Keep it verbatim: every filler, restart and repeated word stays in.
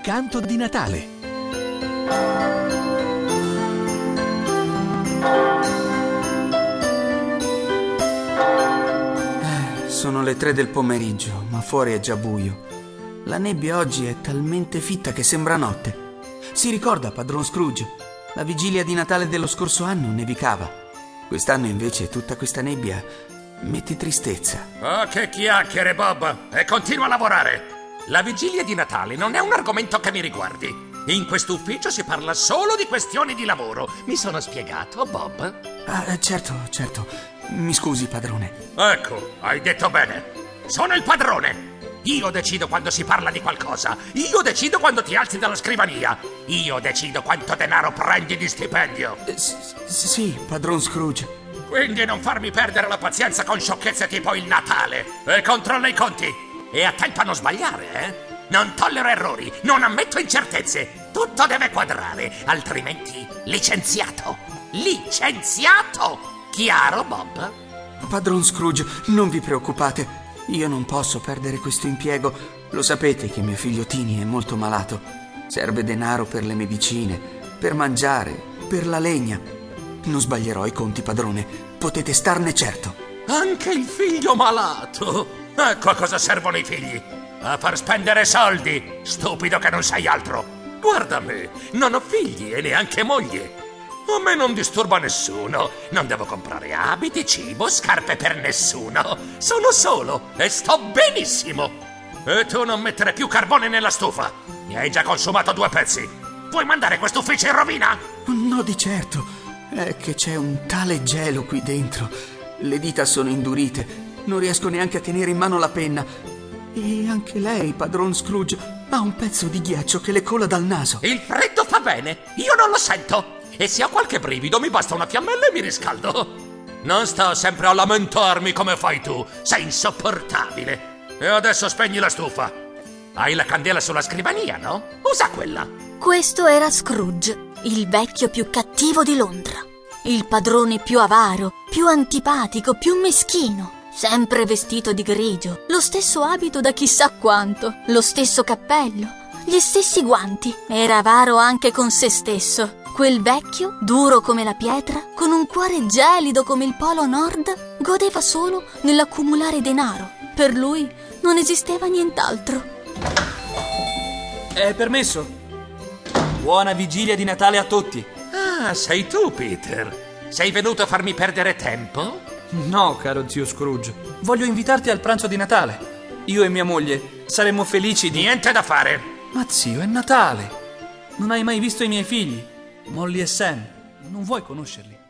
Canto di Natale. Eh, sono le tre del pomeriggio, ma fuori è già buio. La nebbia oggi è talmente fitta che sembra notte. Si ricorda, padron Scrooge? La vigilia di Natale dello scorso anno nevicava. Quest'anno invece tutta questa nebbia mette tristezza. Oh, che chiacchiere, Bob! E continua a lavorare! La vigilia di Natale non è un argomento che mi riguardi. In quest'ufficio si parla solo di questioni di lavoro. Mi sono spiegato, Bob? Ah, certo, certo. Mi scusi, padrone. Ecco, hai detto bene. Sono il padrone. Io decido quando si parla di qualcosa. Io decido quando ti alzi dalla scrivania. Io decido quanto denaro prendi di stipendio. Eh, s- sì, padron Scrooge. Quindi non farmi perdere la pazienza con sciocchezze tipo il Natale. E controlla i conti. E attento a non sbagliare, eh? Non tollero errori, non ammetto incertezze. Tutto deve quadrare, altrimenti licenziato. Licenziato! Chiaro, Bob? Padron Scrooge, non vi preoccupate. Io non posso perdere questo impiego. Lo sapete che mio figlio Tini è molto malato. Serve denaro per le medicine, per mangiare, per la legna. Non sbaglierò i conti, padrone. Potete starne certo. Anche il figlio malato. Ecco a cosa servono i figli. A far spendere soldi. Stupido che non sei altro. Guarda me, non ho figli e neanche moglie. A me non disturba nessuno. Non devo comprare abiti, cibo, scarpe per nessuno. Sono solo e sto benissimo. E tu non mettere più carbone nella stufa. Mi hai già consumato due pezzi. Vuoi mandare quest'ufficio in rovina? No, di certo. È che c'è un tale gelo qui dentro. Le dita sono indurite. Non riesco neanche a tenere in mano la penna. E anche lei, padron Scrooge, ha un pezzo di ghiaccio che le cola dal naso. Il freddo fa bene. Io non lo sento. E se ho qualche brivido mi basta una fiammella e mi riscaldo. Non sto sempre a lamentarmi come fai tu. Sei insopportabile. E adesso spegni la stufa. Hai la candela sulla scrivania, no? Usa quella. Questo era Scrooge, il vecchio più cattivo di Londra. Il padrone più avaro, più antipatico, più meschino. Sempre vestito di grigio, lo stesso abito da chissà quanto, lo stesso cappello, gli stessi guanti. Era avaro anche con se stesso. Quel vecchio, duro come la pietra, con un cuore gelido come il polo nord, godeva solo nell'accumulare denaro. Per lui non esisteva nient'altro. È permesso. Buona vigilia di Natale a tutti. Ah, sei tu, Peter. Sei venuto a farmi perdere tempo? No, caro zio Scrooge. Voglio invitarti al pranzo di Natale. Io e mia moglie saremmo felici di... Niente da fare. Ma zio, è Natale. Non hai mai visto i miei figli? Molly e Sam. Non vuoi conoscerli?